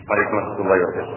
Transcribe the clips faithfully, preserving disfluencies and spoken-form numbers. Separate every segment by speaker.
Speaker 1: وعليكم ورحمة الله وبركاته.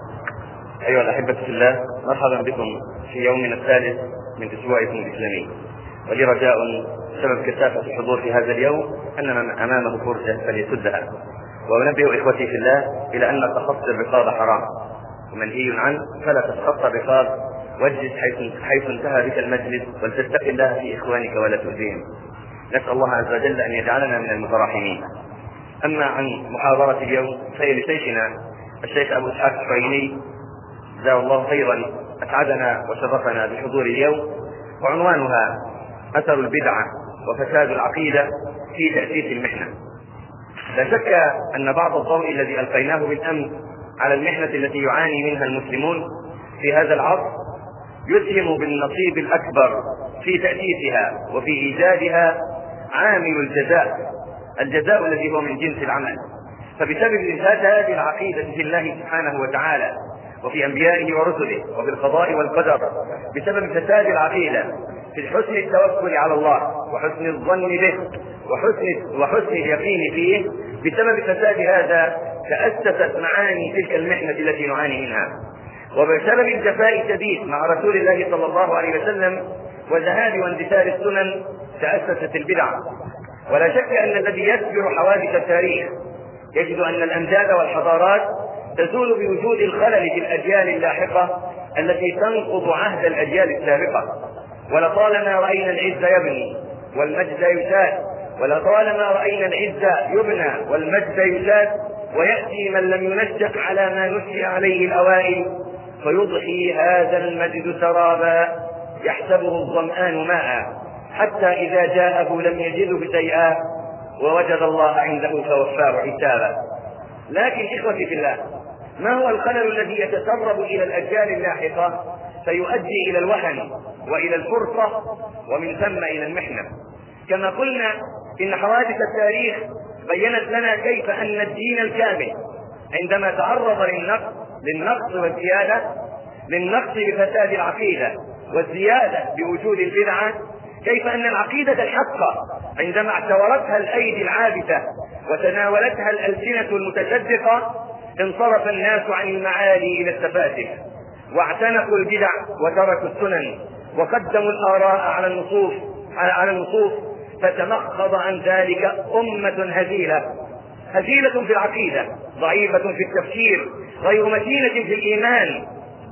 Speaker 1: أيها الأحبة في الله، مرحبا بكم في يومنا الثالث من أسبوعكم الإسلامي. ولي رجاء بسبب كثافة الحضور في هذا اليوم أننا أمامه فرجة فليسدها. وأنبه إخوتي في الله إلى أن تخطي الرقاب حرام ومنهي عنه، فلا تتخطى الرقاب، واجلس حيث, حيث انتهى بك المجلس، ولتتق الله في إخوانك ولا تؤذيهم. نسأل الله عز وجل أن يجعلنا من المتراحمين. أما عن محاضرة اليوم فهي لشيخنا الشيخ أبو إسحاق الشعيني جزاه الله خيرا، أسعدنا وشرفنا بحضور اليوم، وعنوانها أثر البدعة وفساد العقيدة في تأسيس المحنة. لا شك أن بعض الضوء الذي ألقيناه بالأمس على المحنة التي يعاني منها المسلمون في هذا العصر يسهم بالنصيب الأكبر في تأسيسها وفي إيجادها عامل الجزاء، الجزاء الذي هو من جنس العمل. فبسبب فساد هذه العقيدة في الله سبحانه وتعالى وفي أنبيائه ورسله وفي القضاء والقدر، بسبب فساد العقيدة في حسن التوكل على الله وحسن الظن به وحسن, وحسن اليقين فيه، بسبب فساد هذا تأسست معاني تلك المحنة التي نعاني منها. وبسبب الجفاء الشديد مع رسول الله صلى الله عليه وسلم وذهاب واندثار السنن تأسست البدع. ولا شك أن الذي يسبر حوادث التاريخ يجد أن الأمجاد والحضارات تزول بوجود الخلل في الأجيال اللاحقة التي تنقض عهد الأجيال السابقة. ولطالما رأينا العز يبني والمجد يشاد، ولطالما رأينا العز يبنى والمجد يشاد، ويأتي من لم ينشأ على ما نشأ عليه الأوائل فيضحي هذا المجد سرابا يحسبه الظمآن ماء، حتى إذا جاءه لم يجده شيئا ووجد الله عنده فوفاه حسابا. لكن إخوتي في الله، ما هو الخلل الذي يتسرب إلى الأجيال اللاحقة فيؤدي إلى الوهن وإلى الفرصة ومن ثم إلى المحنة؟ كما قلنا إن حوادث التاريخ بيّنت لنا كيف أن الدين الكامل عندما تعرض للنقص للنقص والزيادة، للنقص بفساد العقيدة والزيادة بوجود البدعة، كيف أن العقيدة الحقة عندما اعتورتها الأيدي العابثة وتناولتها الألسنة المتشدقة انصرف الناس عن المعالي إلى التفاتح، واعتنقوا البدع وتركوا السنن، وقدموا الآراء على النصوص على النصوص فتمخض عن ذلك أمة هزيلة هزيلة في العقيدة، ضعيفة في التفكير، غير متينة في الإيمان.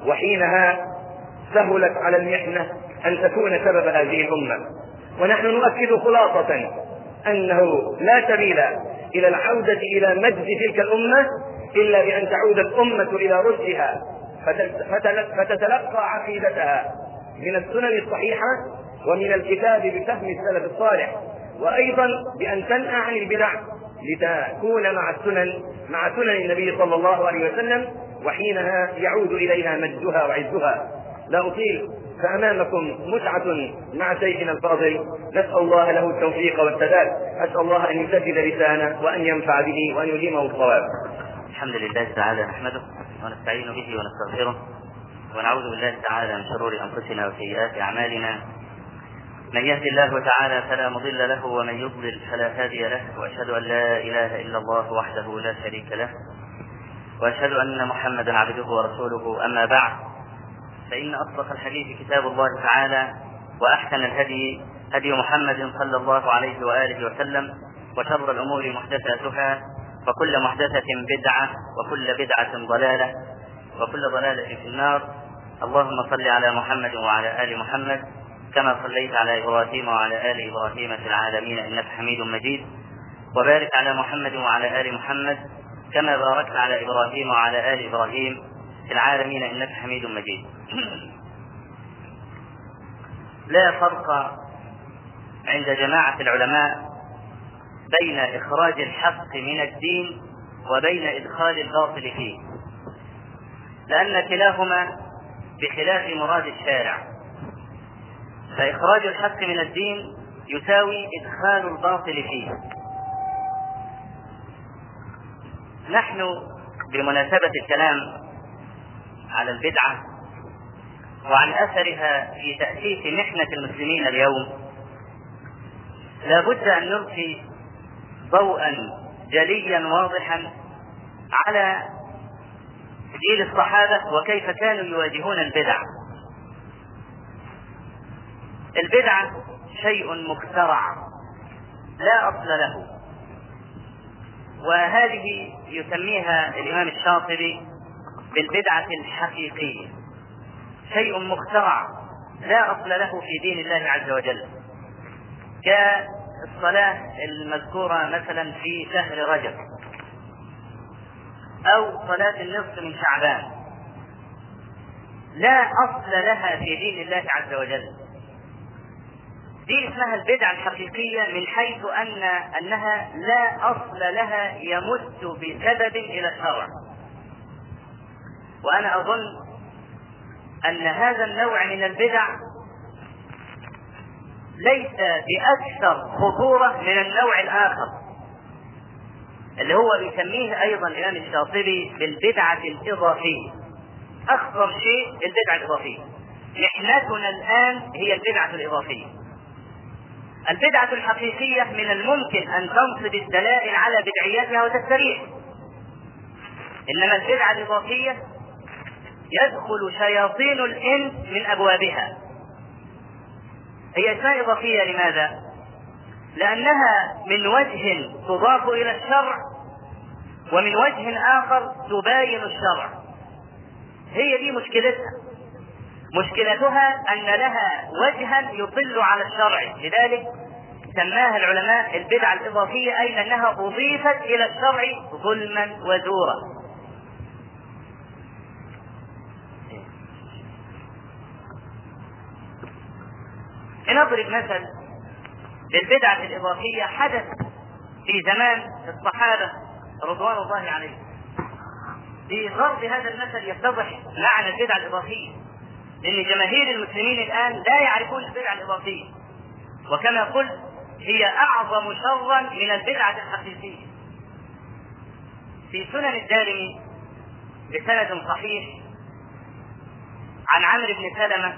Speaker 1: وحينها سهلت على المحنة أن تكون سبب هذه الأمة. ونحن نؤكد خلاصة أنه لا سبيل إلى العودة إلى مجد تلك الأمة إلا بأن تعود الأمة إلى رشدها فتتلقى عقيدتها من السنن الصحيحة ومن الكتاب بفهم السلف الصالح، وأيضا بأن تنأى عن البدع لتكون مع السنن مع سنن النبي صلى الله عليه وسلم، وحينها يعود إليها مجدها وعزها. لا أطيل، فأمامكم متعة مع شيخنا الفاضل، نسأل الله له التوفيق والسداد، أسأل الله أن يسدد لسانه وأن ينفع به وأن يلهمه الصواب.
Speaker 2: الحمد لله تعالى نحمده ونستعين به ونستغفره، ونعوذ بالله تعالى من شرور أنفسنا وسيئات أعمالنا. من يهد الله تعالى فلا مضل له، ومن يضلل فلا هادي له، وأشهد أن لا إله إلا الله وحده لا شريك له، وأشهد أن محمدا عبده ورسوله. أما بعد، فإن أصدق الحديث كتاب الله تعالى، وأحسن الهدي هدي محمد صلى الله عليه وآله وسلم، وشر الأمور محدثاتها، وكل محدثة بدعة، وكل بدعة ضلالة، وكل ضلالة في النار. اللهم صل على محمد وعلى آل محمد كما صليت على إبراهيم وعلى آل إبراهيم في العالمين إنك حميد مجيد، وبارك على محمد وعلى آل محمد كما باركت على إبراهيم وعلى آل إبراهيم في العالمين إنك حميد مجيد. لا فرق عند جماعة العلماء بين إخراج الحق من الدين وبين إدخال الباطل فيه، لأن كلاهما بخلاف مراد الشارع. فإخراج الحق من الدين يساوي إدخال الباطل فيه. نحن بمناسبة الكلام على البدعة وعن أثرها في تأسيس محنة المسلمين اليوم، لا بد أن نلقي ضوءا جليا واضحا على جيل الصحابة وكيف كانوا يواجهون البدع. البدعة شيء مخترع لا أصل له، وهذه يسميها الإمام الشاطبي بالبدعة الحقيقية، شيء مخترع لا أصل له في دين الله عز وجل، كالصلاة المذكورة مثلا في شهر رجب، أو صلاة النصف من شعبان، لا أصل لها في دين الله عز وجل. دي اسمها البدعة الحقيقية من حيث أن أنها لا أصل لها يمت بسبب إلى الشرع. وأنا أظن أن هذا النوع من البدع ليس بأكثر خطورة من النوع الآخر اللي هو يسميه أيضا الإمام الشاطبي بالبدعة الإضافية. أخطر شيء البدعة الإضافية. محنتنا الآن هي البدعة الإضافية. البدعة الحقيقية من الممكن أن تنصب الدلائل على بدعيتها وتستريح، إنما البدعة الإضافية يدخل شياطين الإنس من أبوابها. هي اسمها إضافية لماذا؟ لأنها من وجه تضاف إلى الشرع، ومن وجه آخر تباين الشرع. هي دي مشكلتها. مشكلتها أن لها وجها يطل على الشرع، لذلك سماها العلماء البدعة الإضافية، أي أنها أضيفت إلى الشرع ظلما وزورا. لنضرب مثل للبدعة الإضافية حدث في زمان الصحابة رضوان الله عليهم. بضرب هذا المثل يتضح معنى البدعة الإضافية، لأن جماهير المسلمين الآن لا يعرفون البدعة الإضافية، وكما قلت هي أعظم شرا من البدعة الحقيقية. في سنن الدارمي بسند صحيح عن عمرو بن سلمة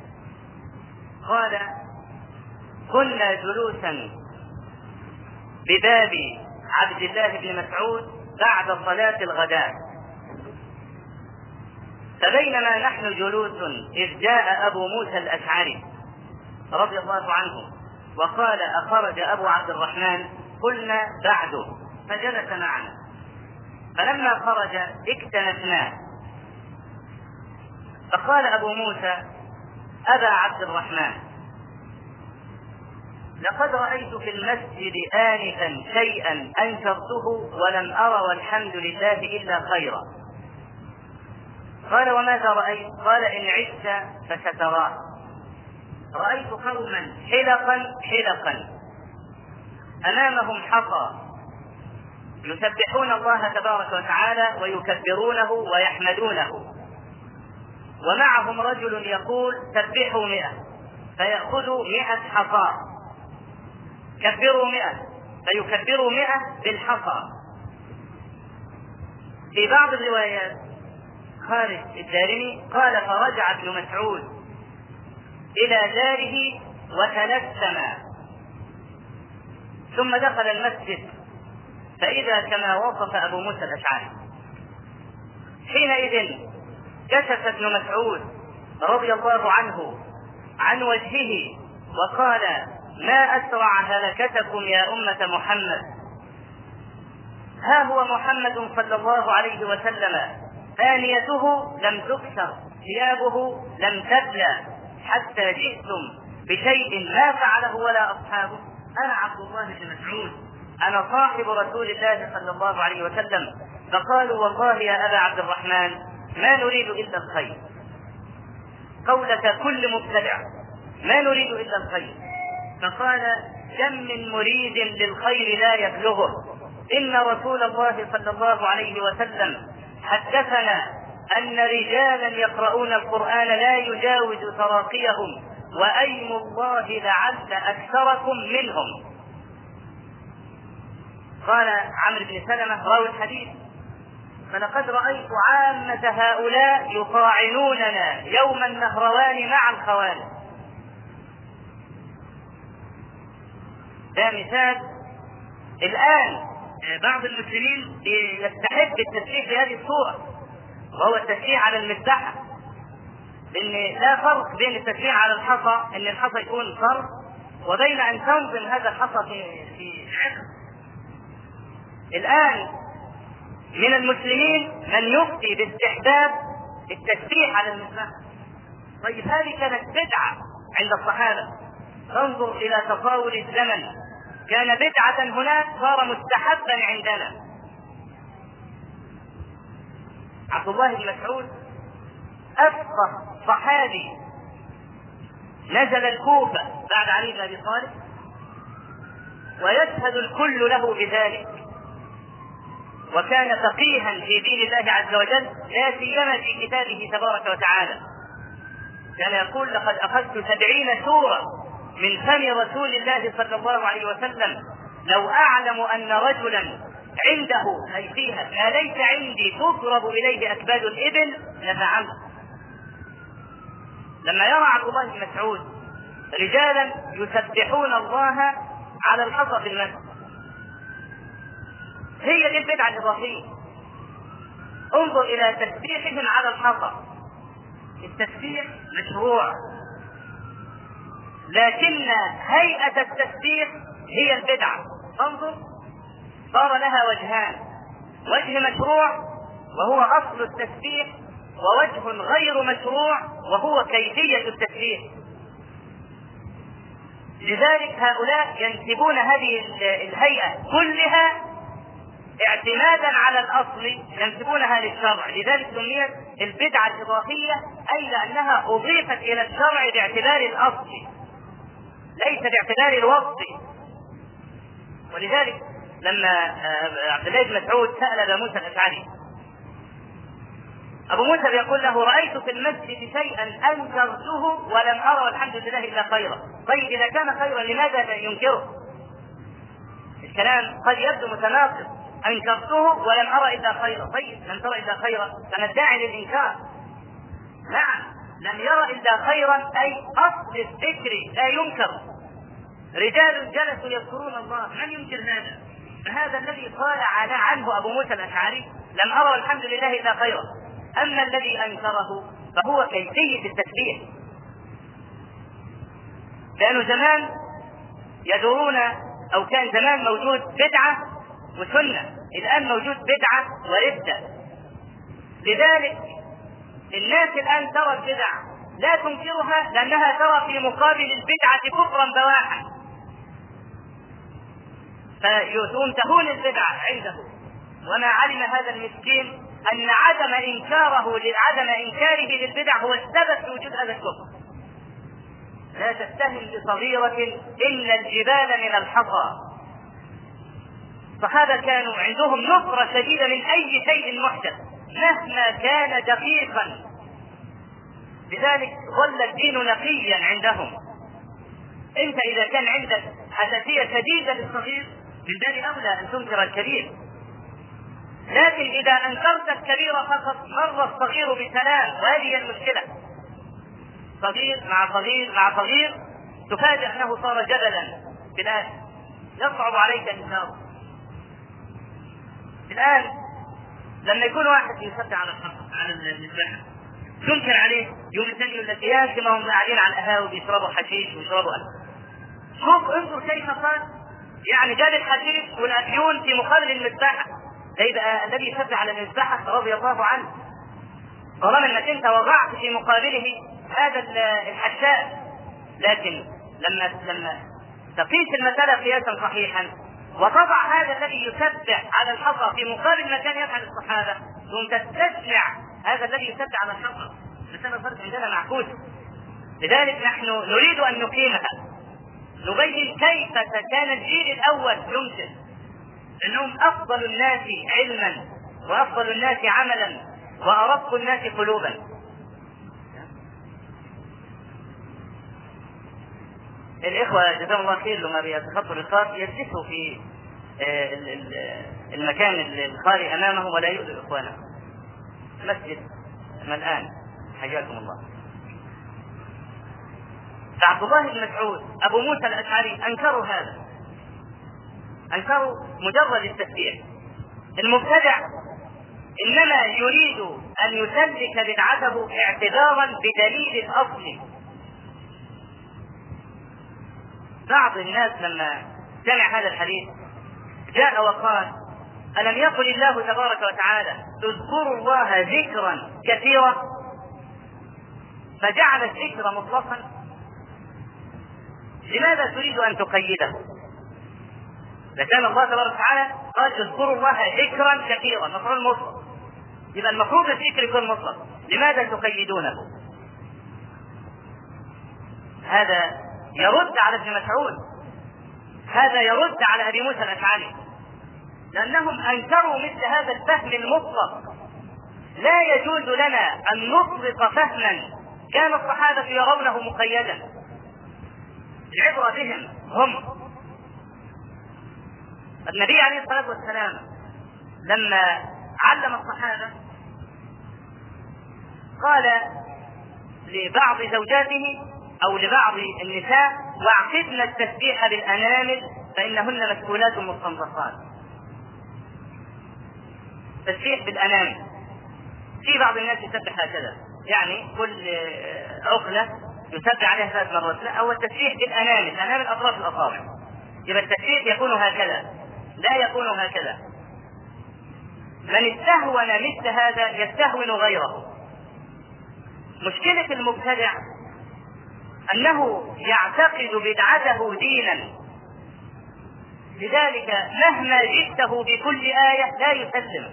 Speaker 2: قال: كنا جلوسا بباب عبد الله بن مسعود بعد صلاة الغداء، فبينما نحن جلوس إذ جاء أبو موسى الأشعري رضي الله عنه وقال: أخرج أبو عبد الرحمن؟ قلنا: بعده. فجلس معنا، فلما خرج اكتنفناه، فقال أبو موسى: أبا عبد الرحمن، لقد رأيت في المسجد آنفا شيئا أنكرته ولم أر والحمد لله إلا خيرا. قال: وماذا رأيت؟ قال: إن عشت فستراه. رأيت قوما حلقا حلقا أمامهم حصى يسبحون الله تبارك وتعالى ويكبرونه ويحمدونه، ومعهم رجل يقول: سبحوا مئة، فيأخذوا مئة حصى، كبروا مئة فيكبروا مئة بالحصى. في بعض الروايات خارج الدارمي قال: فرجع ابن مسعود إلى داره وتلثم، ثم دخل المسجد فإذا كما وصف أبو موسى الأشعري. حينئذ كشف ابن مسعود رضي الله عنه عن وجهه وقال: ما أسرع هلكتكم يا أمة محمد، ها هو محمد صلى الله عليه وسلم آنيته لم تكسر، ثيابه لم تبلى، حتى جئتم بشيء ما فعله ولا أصحابه. أنا عبد الله بن مسعود، أنا صاحب رسول الله صلى الله عليه وسلم. فقالوا: والله يا أبا عبد الرحمن ما نريد إلا الخير. قولك كل مبتدع، ما نريد إلا الخير. فقال: كم من مريد للخير لا يبلغه، إن رسول الله صلى الله عليه وسلم حدثنا أن رجالا يقرؤون القرآن لا يجاوز تراقيهم، وأيم الله لعل أكثركم منهم. قال عمرو بن سلمة راوي الحديث: فلقد رأيت عامة هؤلاء يطاعنوننا يوم النهروان مع الخوارج. ده مثال. الآن بعض المسلمين يستحب التسبيح بهذه الصورة، وهو التسبيح على المذبحة، لأن لا فرق بين التسبيح على الحصى أن الحصى يكون فرض وبين أن تنظم هذا الحصى في في عقد. الآن من المسلمين من يفتي باستحباب التسبيح على المذبحة. طيب هذه كانت بدعة عند الصحابة، انظر إلى تطاول الزمن، كان بدعة هناك صار مستحبا عندنا. عبد الله بن مسعود أفقه صحابي نزل الكوفة بعد علي بن أبي طالب، ويشهد الكل له بذلك، وكان فقيها في دين الله عز وجل، لا سيما في كتابه تبارك وتعالى. كان يقول: لقد أخذت سبعين سورة من فم رسول الله صلى الله عليه وسلم، لو أعلم أن رجلا عنده أي فيها ما ليس عندي تضرب إليه أكباد الإبل لفعلت. لما يرى عبد الله بن مسعود رجالا يسبحون الله على الحصى في المسجد، هي دي البدعة الإضافية. انظر إلى تسبيحهم على الحصى. التسبيح مشروع، لكن هيئة التسبيح هي البدعة. انظر، صار لها وجهان: وجه مشروع وهو أصل التسبيح، ووجه غير مشروع وهو كيفية التسبيح. لذلك هؤلاء ينسبون هذه الهيئة كلها اعتمادا على الأصل، ينسبونها للشرع، لذلك سميت البدعة الإضافية، أي لأنها أضيفت إلى الشرع باعتبار الأصل ليس باعتبار الوصف. ولذلك لما عبد الله بن مسعود سأل أبا موسى الأشعري، أبو موسى يقول له: رأيت في المسجد شيئا أنكرته ولم أرى والحمد لله إلا خيرا. طيب إذا كان خيرا لماذا لا ينكره؟ الكلام قد يبدو متناقض، أنكرته ولم أرى إلا خيرا. طيب لم ترى إلا خيرا، فندعي للإنكار. نعم، لم يرى إلا خيرا، أي أصل الذكر لا ينكر. رجال جلسوا يذكرون الله، من ينكر هذا؟ فهذا الذي قال عنه أبو موسى الأشعري: لم أرى والحمد لله إلا خيرا. أما الذي أنكره فهو كيفية التسبيح، لأنه زمان يدورون، أو كان زمان موجود بدعة وسنة، الآن موجود بدعة وردة. لذلك الناس الآن ترى البدع لا تنكرها، لأنها ترى في مقابل البدعة كفرا بواحا، فينتهون البدعة عنده. وما علم هذا المسكين أن عدم إنكاره لعدم إنكاره للبدع هو السبب في وجود هذا الكفر. لا تتهم بصغيرة إن الجبال من الحصى. الصحابة كانوا عندهم نفرة شديدة من أي شيء محدث مهما كان دقيقا، لذلك ظل الدين نقيا عندهم. انت اذا كان عندك حساسية شديدة للصغير من باب اولى ان تنكر الكبير، لكن اذا انكرت الكبير فقط مر الصغير بسلام، وهذه المشكلة. صغير مع صغير مع صغير تفاجأ انه صار جبلا في الاخر، يصعب عليك انكاره. الان لما يكون واحد يسبح على الحق على المذبحة تنكر عليه، يوم الثاني يقول لك: يا اخي ما هم قاعدين على القهاوي بيشربوا حشيش ويشربوا ألف. شوف انظر كيف قال، يعني جاب الحشيش والافيون في مقابل المذبحة. ده يبقى الذي يسبح على المذبحة رضي الله عنه، طالما انك انت وضعت في مقابله هذا الحشاش. لكن لما لما تقيس المسألة قياسا صحيحا وتضع هذا الذي يسبح على الحصى في مقابل ما كان يفعل الصحابة، ثم تستسمع هذا الذي يسبح على الحصى، مسألة صارت عندنا معكوسة. لذلك نحن نريد أن نقيمها، نبين كيف كان الجيل الأول ينكر أنهم أفضل الناس علما وأفضل الناس عملا وأرق الناس قلوبا. الإخوة جزاهم الله خير لما بيتخطوا الرصاص يجلسوا في المكان الخالي أمامه ولا يؤذوا إخوانه. مسجد الآن حياكم الله. فعبد الله بن مسعود أبو موسى الأشعري أنكروا هذا، أنكروا مجرد التسبيح. المبتدع إنما يريد أن يسلك بدعته اعتبارا بدليل الأصل. بعض الناس لما سمع هذا الحديث جاء وقال: ألم يقل الله تبارك وتعالى اذكروا الله ذكرا كثيرا، فجعل الذكر مطلقا؟ لماذا تريد أن تقيده؟ لكان الله تبارك وتعالى قال اذكروا الله ذكرا كثيرا، مفعول مطلق، يبقى المفروض الذكر يكون مطلق، لماذا تقيدونه؟ هذا يرد على ابن مسعود، هذا يرد على أبي موسى الأشعري، لأنهم أنكروا مثل هذا الفهم المطلق. لا يجوز لنا أن نطلق فهما كان الصحابة يرونه مقيدا، العبرة بهم هم. النبي عليه الصلاة والسلام لما علم الصحابة قال لبعض زوجاته أو لبعض النساء: واعقدن التسبيح بالأنامل فإنهن مسؤولات مستنطقات. تسبيح بالأنامل، في بعض الناس يسبح هكذا، يعني كل عقلة يسبح عليها ثلاث مرات، لا، هو التسبيح بالأنامل، الأنامل أطراف الأصابع، يبقى التسبيح يكون هكذا، لا يكون هكذا. من استهون مثل هذا يستهون غيره. مشكلة المبتدع أنه يعتقد بدعته دينا، لذلك مهما جئته بكل آية لا يسلم.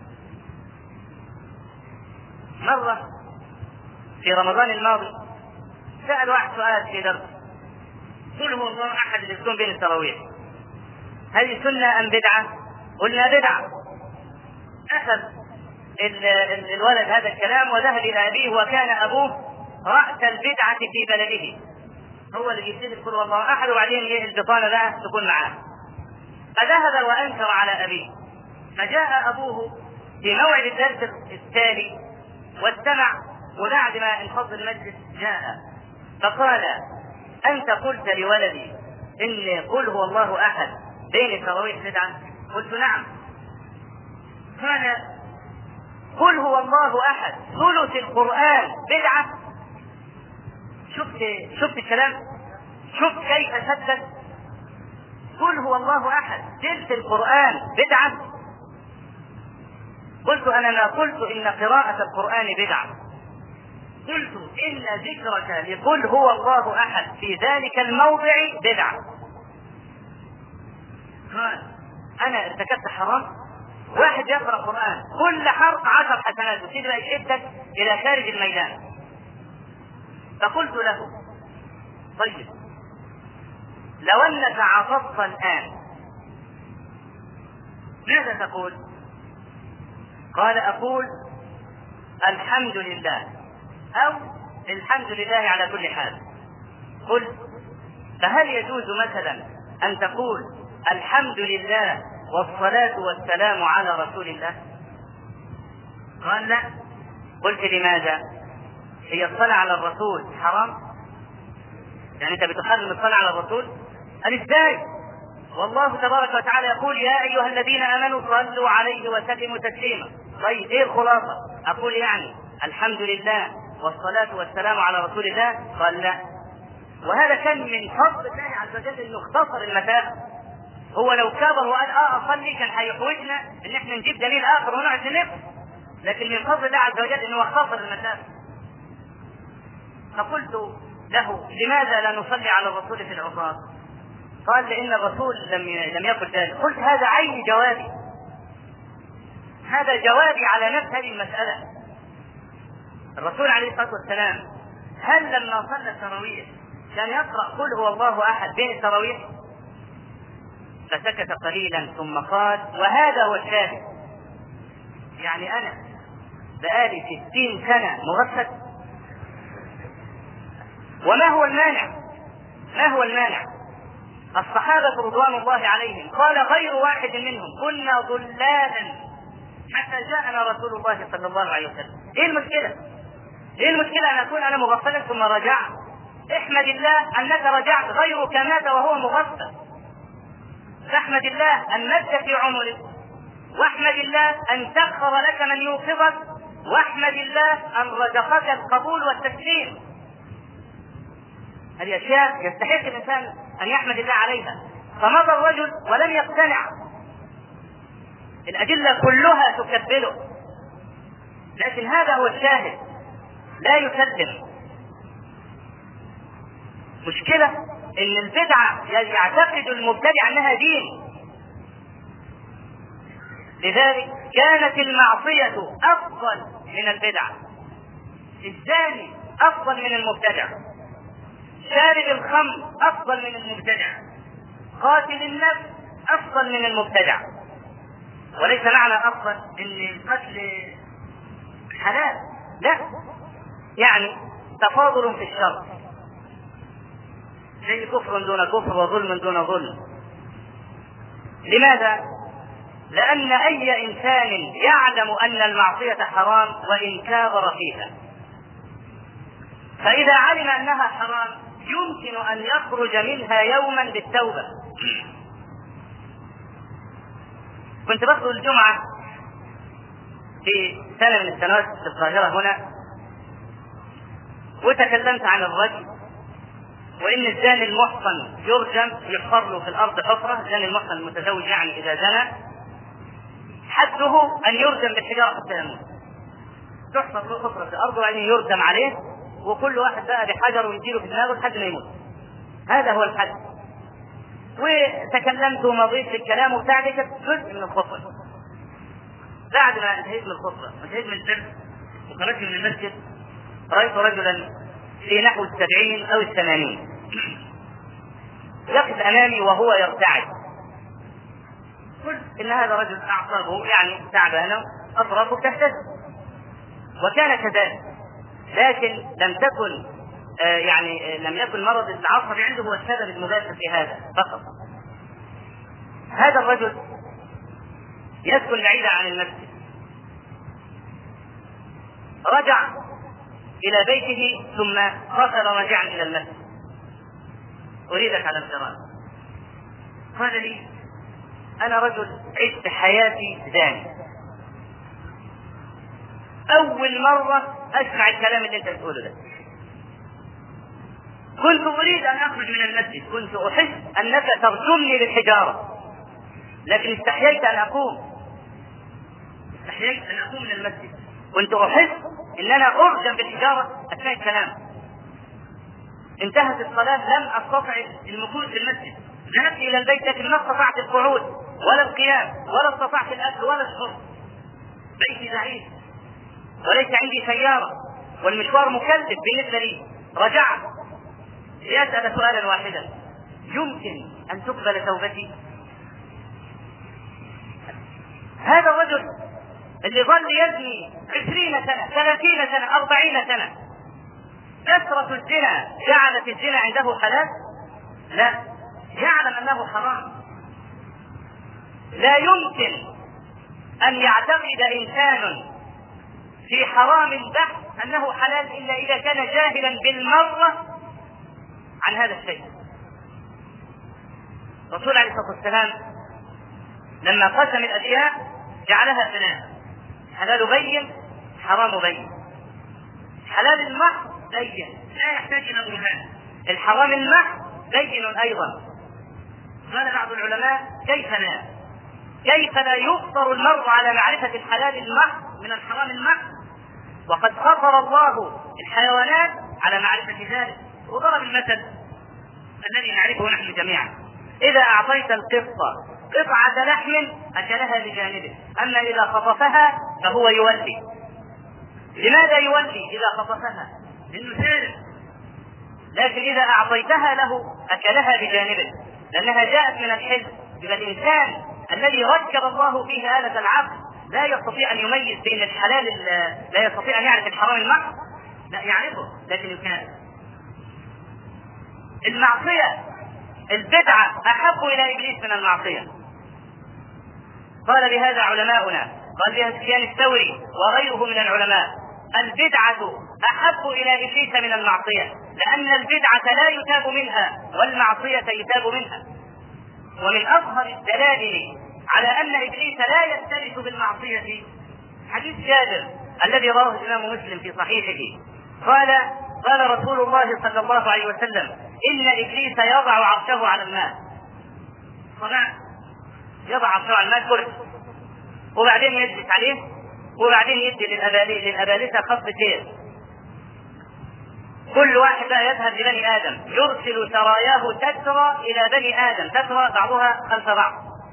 Speaker 2: مرة في رمضان الماضي سأل واحد سؤال في درس: قل هو الله أحد اللي يكون بين التراويح، هل سنة أم بدعة؟ قلنا بدعة. أخذ الولد هذا الكلام وذهب إلى أبيه، وكان أبوه رأس البدعة في بلده، هو اللي يبتدئ قل هو الله أحد وبعدين البطانة بقى تكون معاه. فذهب وأنكر على أبيه، فجاء أبوه في موعد الدرس التالي واستمع، وبعد ما انفض المجلس جاء فقال: أنت قلت لولدي إن قل هو الله أحد بين التراويح بدعة؟ قلت: نعم. قال: قل هو الله أحد ثلث القرآن بدعة. شفت شفت الكلام، شفت كيف شدد. قل هو الله أحد ثلث القرآن بدعة. قلت: أنا ما قلت إن قراءة القرآن بدعة، قلت إن ذكرك لقل هو الله أحد في ذلك الموضع بدعة. قال: أنا ارتكبت حرام؟ واحد يقرأ قرآن كل حرف عشر حسنات وتدري بقى يشدك إلى خارج الميدان. فقلت له: طيب لو أنك عطفت الآن ماذا تقول؟ قال: أقول الحمد لله، أو الحمد لله على كل حال. قلت: فهل يجوز مثلا أن تقول الحمد لله والصلاة والسلام على رسول الله؟ قال: لا. قلت: لماذا؟ هي الصلاة على الرسول حرام؟ يعني أنت بتحرم الصلاة على الرسول؟ قال: إزاي؟ والله تبارك وتعالى يقول: يا أيها الذين آمنوا صلوا عليه وسلموا تسليما. طيب إيه الخلاصة؟ أقول يعني الحمد لله والصلاة والسلام على رسول الله؟ قال: لا. وهذا كان من فضل الله عز وجل انه اختصر المسافة. هو لو كبر وقال اه اصلي كان هيحوجنا ان احنا نجيب دليل اخر ونقعد نلف، لكن من فضل الله عز وجل انه اختصر المسافة. فقلت له: لماذا لا نصلي على الرسول في العصاة؟ قال: لان الرسول لم لم يقل ذلك. قلت: هذا عين جوابي، هذا جوابي على نفس هذه المسألة. الرسول عليه الصلاة والسلام هل لما صلى التراويح كان يقرأ قل هو الله أحد بين التراويح؟ فسكت قليلا ثم قال: وهذا هو الشاهد. يعني أنا بقالي ستين سنة مغفل، وما هو المانع؟ ما هو المانع؟ الصحابة رضوان الله عليهم قال غير واحد منهم: كنا ضلالا حتى جاءنا رسول الله صلى الله عليه وسلم. ايه المشكلة؟ ايه المشكلة ان اكون انا مغفلا ثم رجعت؟ احمد الله انك رجعت، غيرك مات وهو مغفل. فاحمد الله ان مد في عمره واحمد الله أن سخر لك من يوقظك، واحمد الله أن رزقك القبول والتسليم. هذه أشياء يستحق الإنسان أن يحمد الله عليها. فمضى الرجل ولم يقتنع، الأدلة كلها تكبله، لكن هذا هو الشاهد، لا يسلم. مشكلة إن البدعة يعتقد المبتدع أنها دين، لذلك كانت المعصية أفضل من البدعة، الزاني أفضل من المبتدع، شارب الخمر أفضل من المبتدع، قاتل النفس أفضل من المبتدع. وليس معنى أفضل إن القتل حلال، لا، يعني تفاضل في الشر، زي كفر دون كفر وظلم دون ظلم. لماذا؟ لأن أي إنسان يعلم أن المعصية حرام وإن كابر فيها، فإذا علم أنها حرام يمكن أن يخرج منها يوما بالتوبة. كنت بخطب الجمعة في سنة من السنوات في القاهرة هنا، وتكلمت عن الرجل، وإن الزاني المحصن يرجم، يحفر له في الأرض حفرة، الزاني المحصن المتزوج يعني إذا زنى حده أن يرجم بالحجارة حتى يموت، تحفر له حفرة في الأرض وأن يرجم عليه، وكل واحد بقى بحجر ويديله في دماغه لحد ما يموت. هذا هو الحد. وتكلمت ومضيت في الكلام وبتاع دي كانت جزء من الخطبة. بعد ما انتهيت من الخطبة وانتهيت من الدرس وخرجت من المسجد، رأيت رجلا في نحو السبعين أو الثمانين يقف أمامي وهو يرتعد. قلت إن هذا رجل أعصابه يعني تعبانة، أطرافه تهتز، وكان كذلك، لكن لم تكن آه يعني لم يكن مرض العصبي عنده هو السبب المباشر في هذا فقط. هذا الرجل يسكن بعيدا عن المسجد، رجع إلى بيته ثم غسل راجعا إلى المسجد، أريدك على الفراش. قال لي أنا رجل عشت حياتي زاني، أول مرة أسمع الكلام اللي أنت بتقوله ده. كنت أريد أن أخرج من المسجد، كنت أحس أنك ترجمني بالحجارة، لكن استحييت أن أقوم، استحييت أن أقوم من المسجد، كنت أحس أن أنا أرجم بالحجارة أثناء الكلام. انتهت الصلاة لم أستطع المكوث في المسجد، ذهبت إلى البيت لكن ما استطعت القعود ولا القيام ولا استطعت الأكل ولا الشرب، بيتي ضعيف وليس عندي سيارة والمشوار مكلف بالنسبة لي. رجعت لأسأل سؤالا واحدا: يمكن أن تقبل توبتي؟ هذا الرجل اللي ظل يزني عشرين سنة ثلاثين سنة أربعين سنة، كثرة الزنا جعلت الزنا عنده حلال؟ لا، يعلم أنه حرام. لا يمكن أن يعتقد إنسان في حرام بحت أنه حلال إلا إذا كان جاهلا بالمرة عن هذا الشيء. الرسول عليه الصلاة والسلام لما قسم الأشياء جعلها ثلاثة: حلال بين، حرام بين. حلال المحض بين لا يحتاج إلى برهان، الحرام المحض بين أيضا. قال بعض العلماء: كيف لا كيف لا يفطر المرء على معرفة الحلال المحض من الحرام المحض، وقد فطر الله الحيوانات على معرفة ذلك. وضرب المثل الذي نعرفه نحن جميعا: إذا أعطيت القطة قطعة لحم أكلها بجانبه، أما إذا خطفها فهو يولي. لماذا يولي إذا خطفها؟ لأنه سارق. لكن إذا أعطيتها له أكلها بجانبه، لأنها جاءت من الحلم. إذا الإنسان الذي ركب الله فيه آلة العقل لا يستطيع أن يميز بين الحلال، لا يستطيع أن يعرف الحرام المحض، لا يعرفه لكن يكافئ. المعصية البدعة أحب إلى إبليس من المعصية. قال بهذا علماؤنا، قال بها سفيان الثوري وغيره من العلماء: البدعة أحب إلى إبليس من المعصية، لأن البدعة لا يتاب منها والمعصية يتاب منها. ومن أظهر الدلائل على أن إبليس لا يسترس بالمعصية؟ حديث جابر الذي رواه الإمام مسلم في صحيحه قال قال رسول الله صلى الله عليه وسلم: إن إبليس يضع عرشه على الماء. طبعا يضع عرشه على الماء كرسي، وبعدين يجلس عليه، وبعدين يدي للأبالسة خطتين، كل واحد يذهب لبني آدم يرسل سراياه تترى إلى بني آدم، تترى بعضها خلف بعض.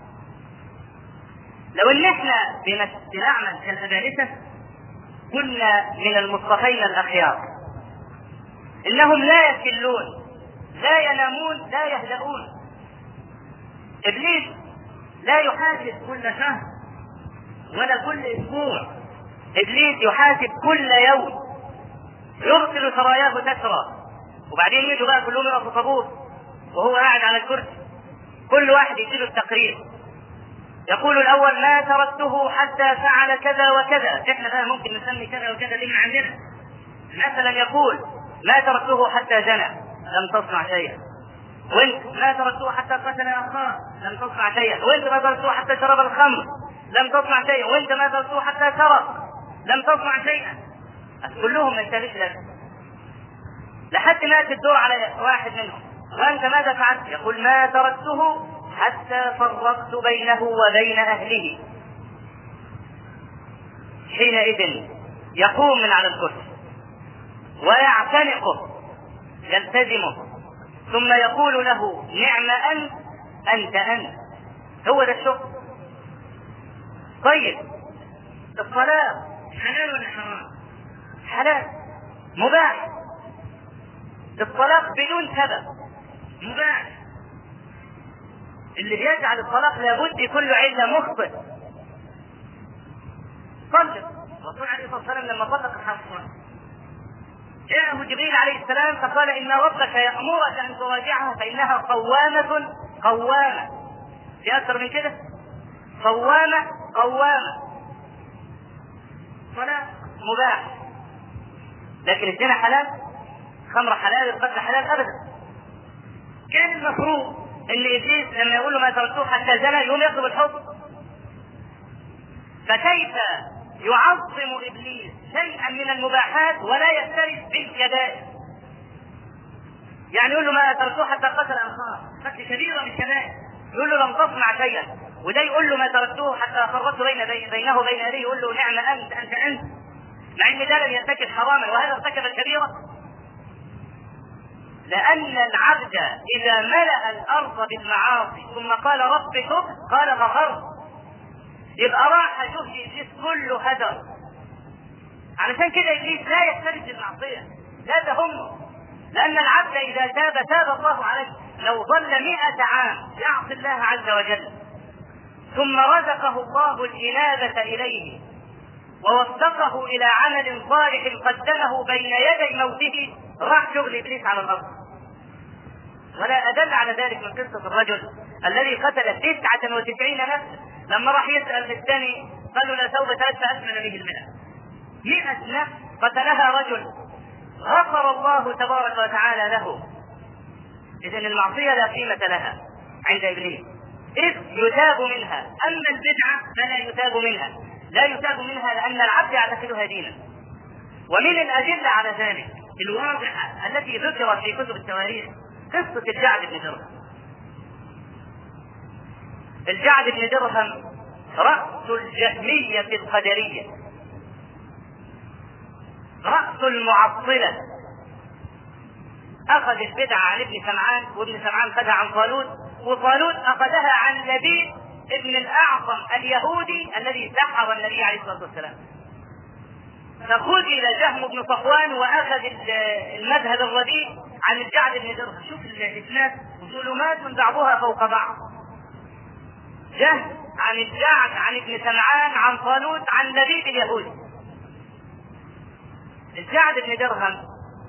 Speaker 2: لو ان احنا بنعمل كالأبالسة كنا من المصطفين الأخيار، إنهم لا يكلون، لا ينامون، لا يهدؤون. إبليس لا يحاسب كل شهر ولا كل أسبوع، إبليس يحاسب كل يوم، يرسل سراياه تترى، وبعدين يجوا بقى كلهم يقفوا طابور وهو قاعد على الكرسي، كل واحد يديله التقرير، يقول الأول: ما تركته حتى فعل كذا وكذا. احنا بقى ممكن نسمي كذا وكذا دي من عندنا. مثلا يقول: ما تركته حتى زنى، لم تصنع شيئا. وانت: ما تركته حتى قتل اخاه، لم تصنع شيئا. وانت: ما تركته حتى شرب الخمر، لم تصنع شيئا. وانت: ما تركته حتى سرق، لم تصنع شيئا. كلهم ما يستاهلش لك، لحد ما تدور على واحد منهم: وانت ماذا فعلت؟ يقول: ما تركته حتى فرقت بينه وبين اهله. حينئذ يقوم من على الكرسي ويعتنقه، يلتزمه، ثم يقول له: نعم أنت أنت أنت. هو ده الشغل. طيب الصلاة حلال ولا حرام؟ حلال، مباح. الطلاق بدون سبب مباح. اللي بيجعل الطلاق لابد يكون له علة مخطئ. طلق الرسول عليه الصلاة والسلام لما طلق حفصة جاءه جبريل عليه السلام فقال: إن ربك يأمرك أن تراجعها فإنها قوامة قوامة. في أكثر من كده؟ قوامة قوامة. صلاة مباح، لكن الزنا حلال، خمر حلال، القتل حلال أبدا. كان المفروض ان ابليس لما يقول له ما تركته حتى زنا يوم يطلب الحكم. فكيف يعظم ابليس شيئا من المباحات ولا يفترس بالكبائر؟ يعني يقول له ما تركته حتى قتل اخاه، قتل كبيره من الكبائر، يقول له لم تصنع شيئا. وده يقول له ما تركته حتى فرقت بين بينه وبين ابيه، يقول له نعم انت انت انت، مع ان ده لم يرتكب حراما وهذا ارتكب الكبيره. لأن العبد إذا ملأ الأرض بالمعاصي ثم قال رب تب قال غفرت، يبقى راح شوف إبليس كله هدر. علشان كده إبليس لا يفترس المعصية، لا تهمه، لأن العبد إذا تاب تاب الله عليه. لو ظل مئة عام يعصي الله عز وجل ثم رزقه الله الإنابة إليه ووفقه إلى عمل صالح قدمه بين يدي موته، راح شغل إبليس على الأرض. ولا أدل على ذلك من قصة الرجل الذي قتل تسعة وتسعين نفسا، لما راح يسأل الثاني قال له لا ثوب ثلاثة أثمن به المئة. مئة نفس قتلها رجل غفر الله تبارك وتعالى له. إذن المعصية لا قيمة لها عند إبليس إذ يتاب منها، أما البدعة فلا يتاب منها. لا يتاب منها لأن العبد يعتقدها دينا. ومن الأدلة على ذلك الواضحة التي ذكرت في كتب التواريخ قصة الجعد بن درهم. الجعد بن درهم رأس الجهمية القدرية، رأس المعطلة، أخذ البدعة عن ابن سمعان، وابن سمعان خذها عن طالوت، وطالوت أخذها عن لبيد ابن الأعظم اليهودي الذي سحر النبي عليه الصلاة والسلام. فخذل جهم بن صفوان وأخذ المذهب الرديء عن الجعد بن درهم. شوف الإسناد ظلمات بعضها فوق بعض. جهم عن الجعد عن ابن سمعان عن طالوت عن لبيد اليهودي. الجعد بن درهم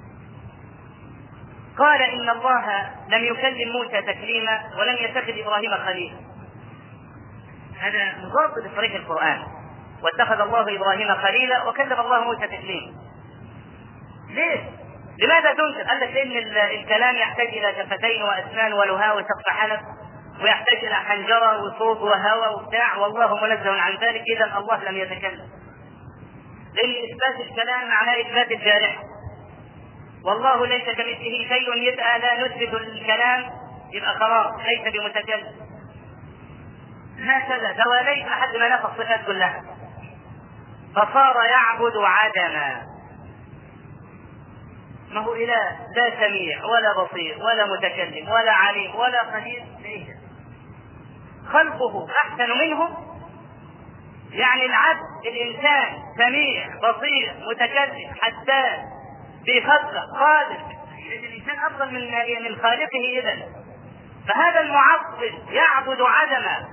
Speaker 2: قال إن الله لم يكلم موسى تكليما ولم يتخذ إبراهيم خليلا. هذا مضاد لصريح القرآن، واتخذ الله إبراهيم خليلا وكلم الله موسى تكليما. ليه؟ لماذا تنكر؟ قال لك لأن الكلام يحتاج إلى شفتين وأسنان ولهاء وسقف حلب ويحتاج إلى حنجرة وصوت وهواء وبتاع، والله منزه عن ذلك، إذا الله لم يتكلم. لأن إثبات الكلام معناه إثبات الجارحة، والله ليس كمثله شيء، يبقى لا نثبت الكلام يبقى خلاص ليس بمتكلم. هكذا دواليت لحد ما نفى الصفات كلها، فصار يعبد عدما. ما هو إله لا سميع ولا بصير ولا متكلم ولا عليم ولا قدير، ليه؟ خلقه أحسن منه، يعني العبد الإنسان سميع بصير متكلم حساس بخلقه قادر، الإنسان أفضل من من خالقه إذن. فهذا المعطل يعبد عدما.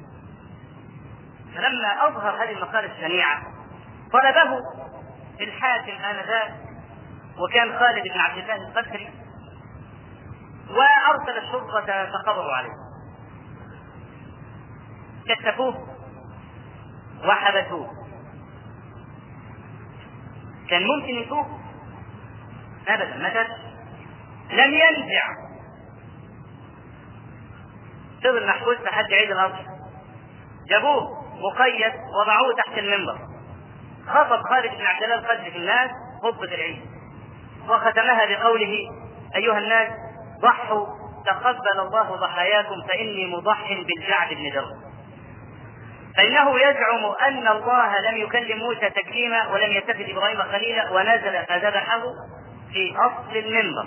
Speaker 2: فلما أظهر هذه المقالة الشنيعة طلبه الحاكم آنذاك، وكان خالد بن عبد الله القسري، وأرسل الشرطة فقبضوا عليه، كتفوه وحبسوه. كان ممكن يتوب أبدا، متى لم ينزع، فضل محبوس لحد عيد الأضحى. جابوه مقيد وضعوه تحت المنبر، خطب خالد بن عبد الله القسري في الناس خطبة العيد، وختمها بقوله: أيها الناس ضحوا تقبل الله ضحاياكم فإني مضح بالجعد بن درهم. فإنه يزعم أن الله لم يكلم موسى تكليما ولم يتخذ إبراهيم خليلا، ونزل فذبحه في أصل المنبر.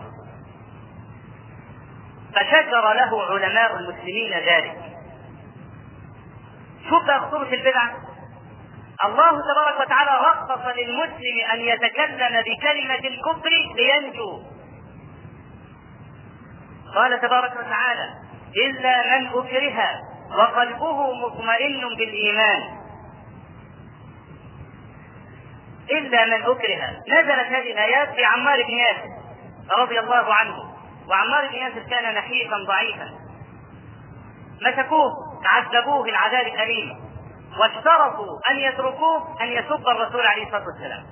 Speaker 2: فشكر له علماء المسلمين ذلك. شوف خطورة البدعة. الله تبارك وتعالى رخص للمسلم أن يتكلم بكلمة الكفر لينجو. قال تبارك وتعالى: إلا من أكره وقلبه مطمئن بالإيمان. إلا من أكره. نزلت هذه الآيات في عمار بن ياسر رضي الله عنه، وعمار بن ياسر كان نحيفا ضعيفا، مسكوه عذبوه العذاب الأليم، واشترطوا أن يتركوه أن يسب الرسول عليه الصلاة والسلام.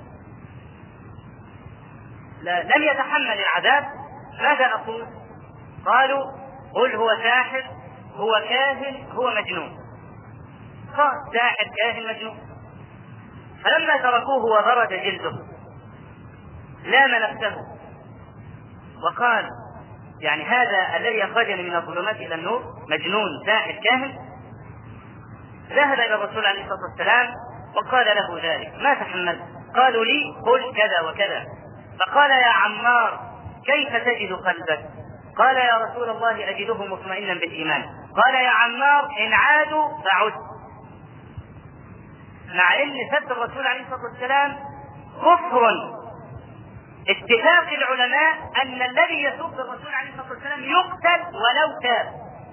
Speaker 2: لا لم يتحمل العذاب. ماذا أقول؟ قالوا: قل هو ساحر، هو كاهن، هو مجنون. قال: ساحر كاهن مجنون. فلما تركوه وبرد جلده لام نفسه وقال: يعني هذا الذي أخرجني من الظلمات إلى النور مجنون ساحر كاهن؟ ذهب إلى الرسول عليه الصلاة والسلام وقال له ذلك. ما تحمل؟ قالوا لي: قل كذا وكذا. فقال: يا عمار كيف تجد قلبك؟ قال: يا رسول الله أجده مطمئنا بالإيمان. قال: يا عمار إن عادوا فعد. مع ان سب الرسول عليه الصلاة والسلام كفر، اتفاق العلماء ان الذي يسب الرسول عليه الصلاة والسلام يقتل ولو تاب،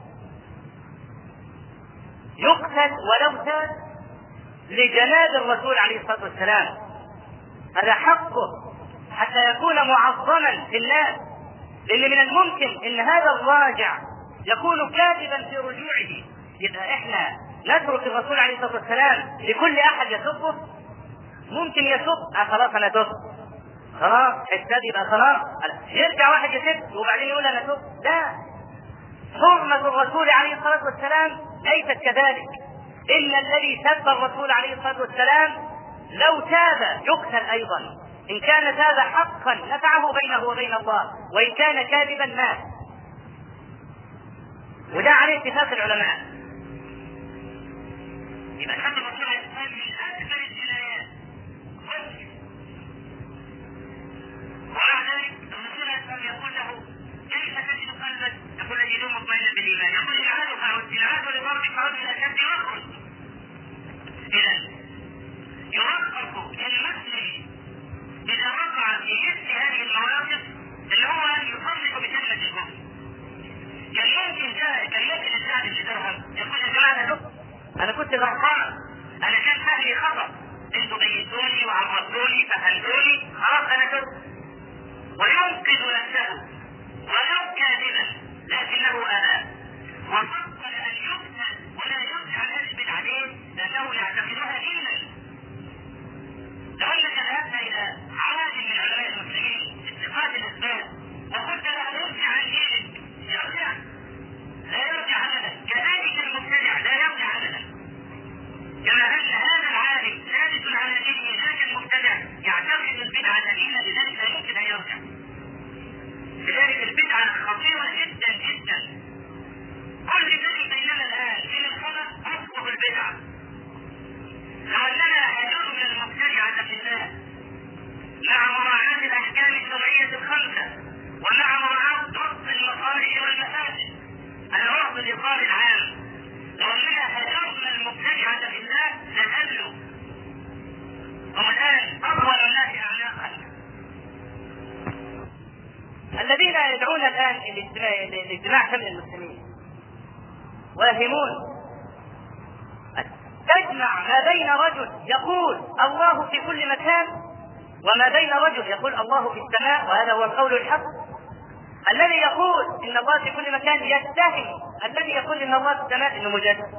Speaker 2: يقتل ولو تاب لجناب الرسول عليه الصلاة والسلام. هذا حقه حتى يكون معظما في الناس، لان من الممكن ان هذا الراجع يكون كاذبا في رجوعه. يبقى احنا نترك الرسول عليه الصلاة والسلام لكل احد يسبه؟ ممكن يسب آه خلاص انا تب، خلاص حساب يبقى خلاص، يرجع واحد يسب وبعدين يقول انا تب. لا، حرمة الرسول عليه الصلاة والسلام ليست كذلك. ان الذي سب الرسول عليه الصلاة والسلام لو تاب يقتل ايضا، ان كان تاب حقا نفعه بينه وبين الله، وان كان كاذبا مات. وده عليه اتفاق العلماء. يبقى حد الرسول عليه الصلاة والسلام من أكبر الجنايات. ومع ذلك الرسول عليه الصلاة والسلام يقول له: كيف تجد قلبك؟ يقول: أجده مطمئنا بالإيمان. يقول: إن عادوا فعد، إن عادوا لضرب فعد إلى أشد يخرج. إذا يرقق المسلم إذا وقع في مثل هذه المواقف اللي هو يصدق بكلمة الكفر. كان ممكن جاء كان ممكن الشعب اللي درهم يقول: يا جماعة ده أنا كنت غلطان، أنا كان فهمي خطأ، أنتوا بيتوني وعرفتوني فهمتوني، خلاص أنا كنت. وينقذ نفسه ولو كاذبا، لكنه أبى وفضل أن يقتل ولا يرجع الأسبل عليه لأنه يعتقدها دينا. لو أنك ذهبت إلى عالم من علماء المسلمين اتخاذ الأسباب وقلت له: يرجع عن دينك، يرجع؟ لا يرجع أبدا. البدعة خطيرة جدا جدا. كل الذي بيننا الآن من الخلق أصبح البدعة، لعلنا هجرنا المبتدعة في الله مع مراعاة الأحكام الشرعية الخمسة ومع مراعاة ضبط المصالح والمفاسد الوعظ الإقام العام. لو أننا هجرنا المبتدعة في الله لهلوا، هم الآن أطول الناس أعناقا. الذين يدعون الآن لاجتماع شمل المسلمين واهمون تجمع ما بين رجل يقول الله في كل مكان وما بين رجل يقول الله في السماء، وهذا هو القول الحق. الذي يقول ان الله في كل مكان يتهم الذي يقول ان الله في السماء انه مجسم.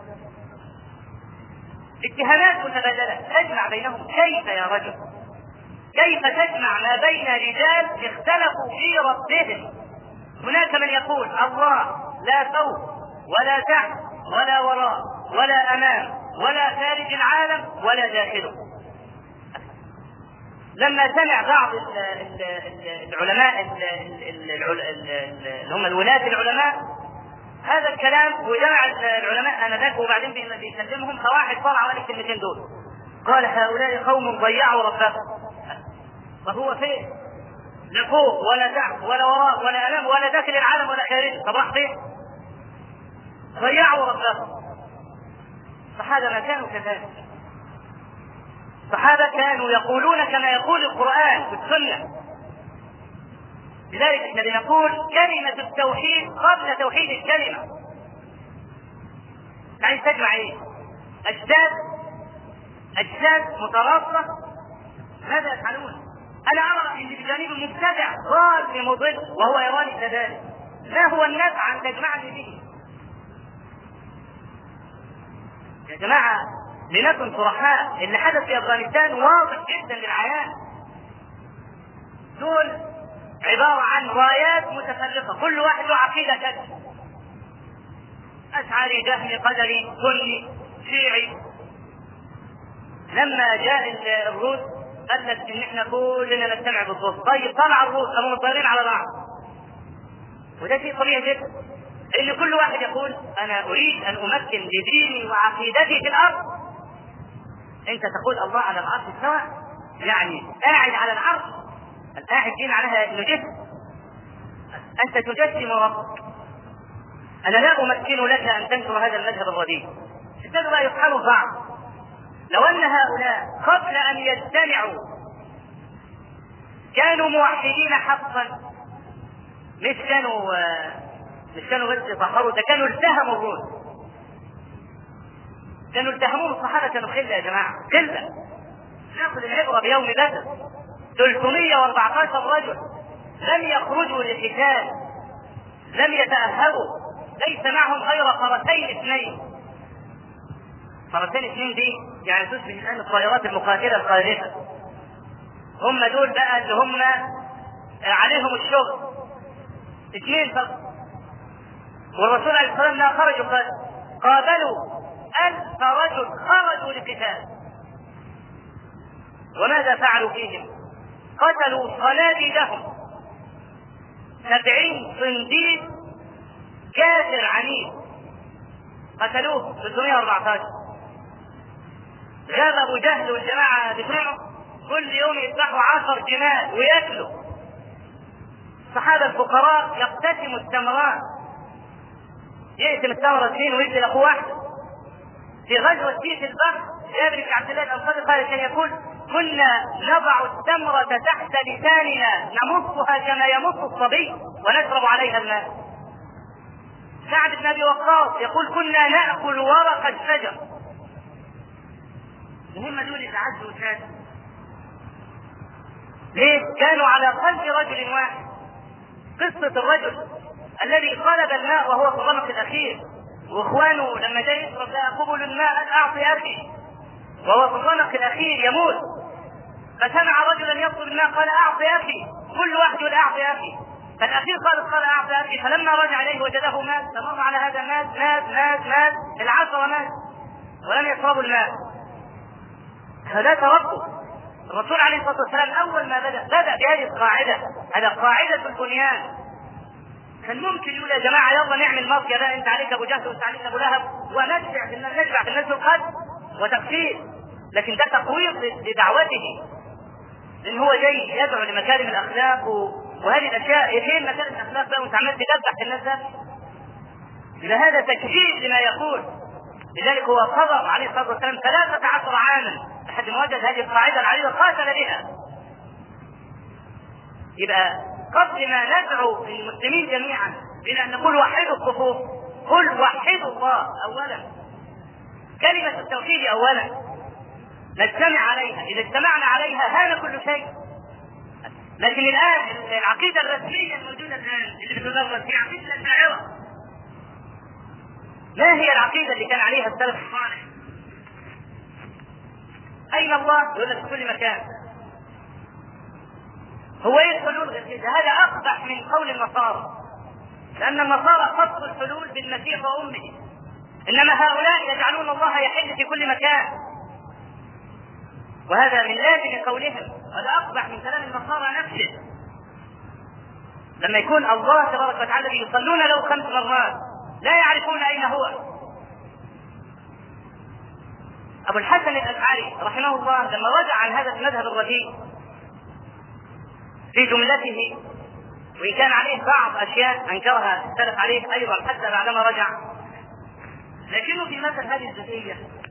Speaker 2: اتهامات متبادله تجمع بينهم. كيف يا رجل؟ كيف تجمع ما بين رجال اختلفوا في ربهم؟ هناك من يقول الله لا فوق ولا تحت ولا وراء ولا امام ولا خارج العالم ولا داخله. لما سمع بعض العلماء اللي هم الولاة العلماء هذا الكلام وجمع العلماء انذاك وبعدين بيكلمهم، فواحد طلع على الكلمتين دول قال هؤلاء قوم ضيعوا ربهم. وهو فين؟ لا فوق ولا تحت ولا وراء ولا امام ولا داخل العالم ولا خارجه. طب راح فين؟ ضيعوا ربهم. الصحابة ما كانوا كذلك. الصحابة كانوا يقولون كما يقول القرآن في السنة. لذلك احنا بنقول كلمة التوحيد قبل توحيد الكلمة. عايز تجمع ايه؟ أجساد أجساد متراصة. ماذا يفعلون؟ أنا أرى أن بجانب المبتدع ضال مضل وهو يراني كذلك. ما هو النفع أن تجمعني به؟ يا جماعة لنكن صرحاء، اللي حدث في أفغانستان واضح جدا للعيان. دول عبارة عن رايات متفرقة، كل واحد له عقيدة كذا، أشعري جهمي قدري سني شيعي. لما جاء الروس قال لك إن إحنا كلنا نجتمع بالضبط. طيب طلع الروس قاموا متضاربين على بعض، وده شيء طبيعي جدا. إن كل واحد يقول أنا أريد أن أمكن لديني وعقيدتي في الأرض. أنت تقول الله على العرش استوى، يعني قاعد على العرش. القاعد دي معناها إنه جسم، أنت تجسم ربك. أنا لا أمكن لك أن تنشر هذا المذهب الرديء. ابتدوا بقى يفعلوا بعض. لو أن هؤلاء قبل أن يجتمعوا كانوا موحدين حقا، مش كانوا مش كانوا بس يظهروا، ده كانوا التهموا الروس، كانوا التهمون الصحابة، كانوا قلة يا جماعة، قلة. ناخذ العبرة بيوم بدر ثلاثمائة وأربعة عشر رجل لم يخرجوا لقتال، لم يتأهبوا، ليس معهم غير فرسين اثنين. فرسين اثنين دي يعني تشبه الآن الطائرات المقاتلة القادمة. هم دول بقى اللي هم عليهم الشغل، اثنين فقط. والرسول عليه الصلاة والسلام خرجوا قابلوا ألف رجل خرجوا لقتال. وماذا فعلوا فيهم؟ قتلوا صناديدهم، سبعين صنديد كافر عنيد قتلوه ثلاثمائة وأربعة عشر. غاب أبو جهل والجماعة بتوعه كل يوم يذبحوا عشر جمال ويأكلوا. الصحابة الفقراء يقتسموا التمرات، يقسم التمرة اثنين ويدي لأخوه واحدة. في غزوة سيف البحر جابر بن عبد الله الأنصاري قال كان يقول كنا نضع التمرة تحت لساننا نمصها كما يمص الصبي ونشرب عليها الماء. سعد بن أبي وقاص يقول كنا نأكل ورق الشجر. هم دول يتعدوا ثلاثة. ليه؟ كانوا على قلب رجل واحد. قصة الرجل الذي طلب الماء وهو في الرمق الأخير، واخوانه لما جاء يشرب لا قبل الماء أن أعطي أخي، وهو في الرمق الأخير يموت، فسمع رجلا يطلب الماء قال أعطي أخي، كل واحد يقول أعطي أخي، فالأخير قال قال أعطي أخي، فلما رجع إليه وجده مات، فمر على هذا مات مات مات مات العشرة مات ولم يشربوا الماء. هذا تربوا. الرسول عليه الصلاة والسلام أول ما بدأ بدأ بهذه القاعدة، هذا قاعدة البنيان. كان ممكن يقول يا جماعه يلا نعمل مافيا بقى، انت عليك ابو جهل وانت عليك ابو لهب، ونشبع في الناس نشبع في الناس بالقد وتكفير. لكن ده تقويض لدعوته، لان هو جاي يدعو لمكارم الاخلاق و... وهذه الاشياء. فين مكارم الاخلاق بقى وانت عمال تدبح في الناس ده؟ الى هذا تكفير لما يقول. لذلك هو صبر عليه الصلاه والسلام ثلاثة عشر عاما لحد ما وجد هذه القاعده العريضه قاتل بها. يبقى قبل ما ندعو المسلمين جميعا الى ان نقول وحدوا الصفوف، قل وحدوا الله اولا، كلمه التوحيد اولا، نجتمع عليها. اذا اجتمعنا عليها هان كل شيء. لكن الان العقيده الرسميه الموجوده الان اللي بتدرس هي عقيده الاشاعره. ما هي العقيده اللي كان عليها السلف الصالح؟ اين الله؟ يقول لك في كل مكان. هو ايه الحلول غير كده؟ هذا اقبح من قول النصارى، لان النصارى خصوا الحلول بالمسيح وامه، انما هؤلاء يجعلون الله يحل في كل مكان، وهذا من لازم قولهم. هذا اقبح من كلام النصارى نفسه، لما يكون الله تبارك وتعالى يصلون له خمس مرات لا يعرفون اين هو. ابو الحسن الاشعري رحمه الله لما رجع عن هذا المذهب الرديء في جملته، وإن كان عليه بعض أشياء أنكرها السلف عليه أيضا حتى بعدما رجع، لكنه في مثل هذه الجزئية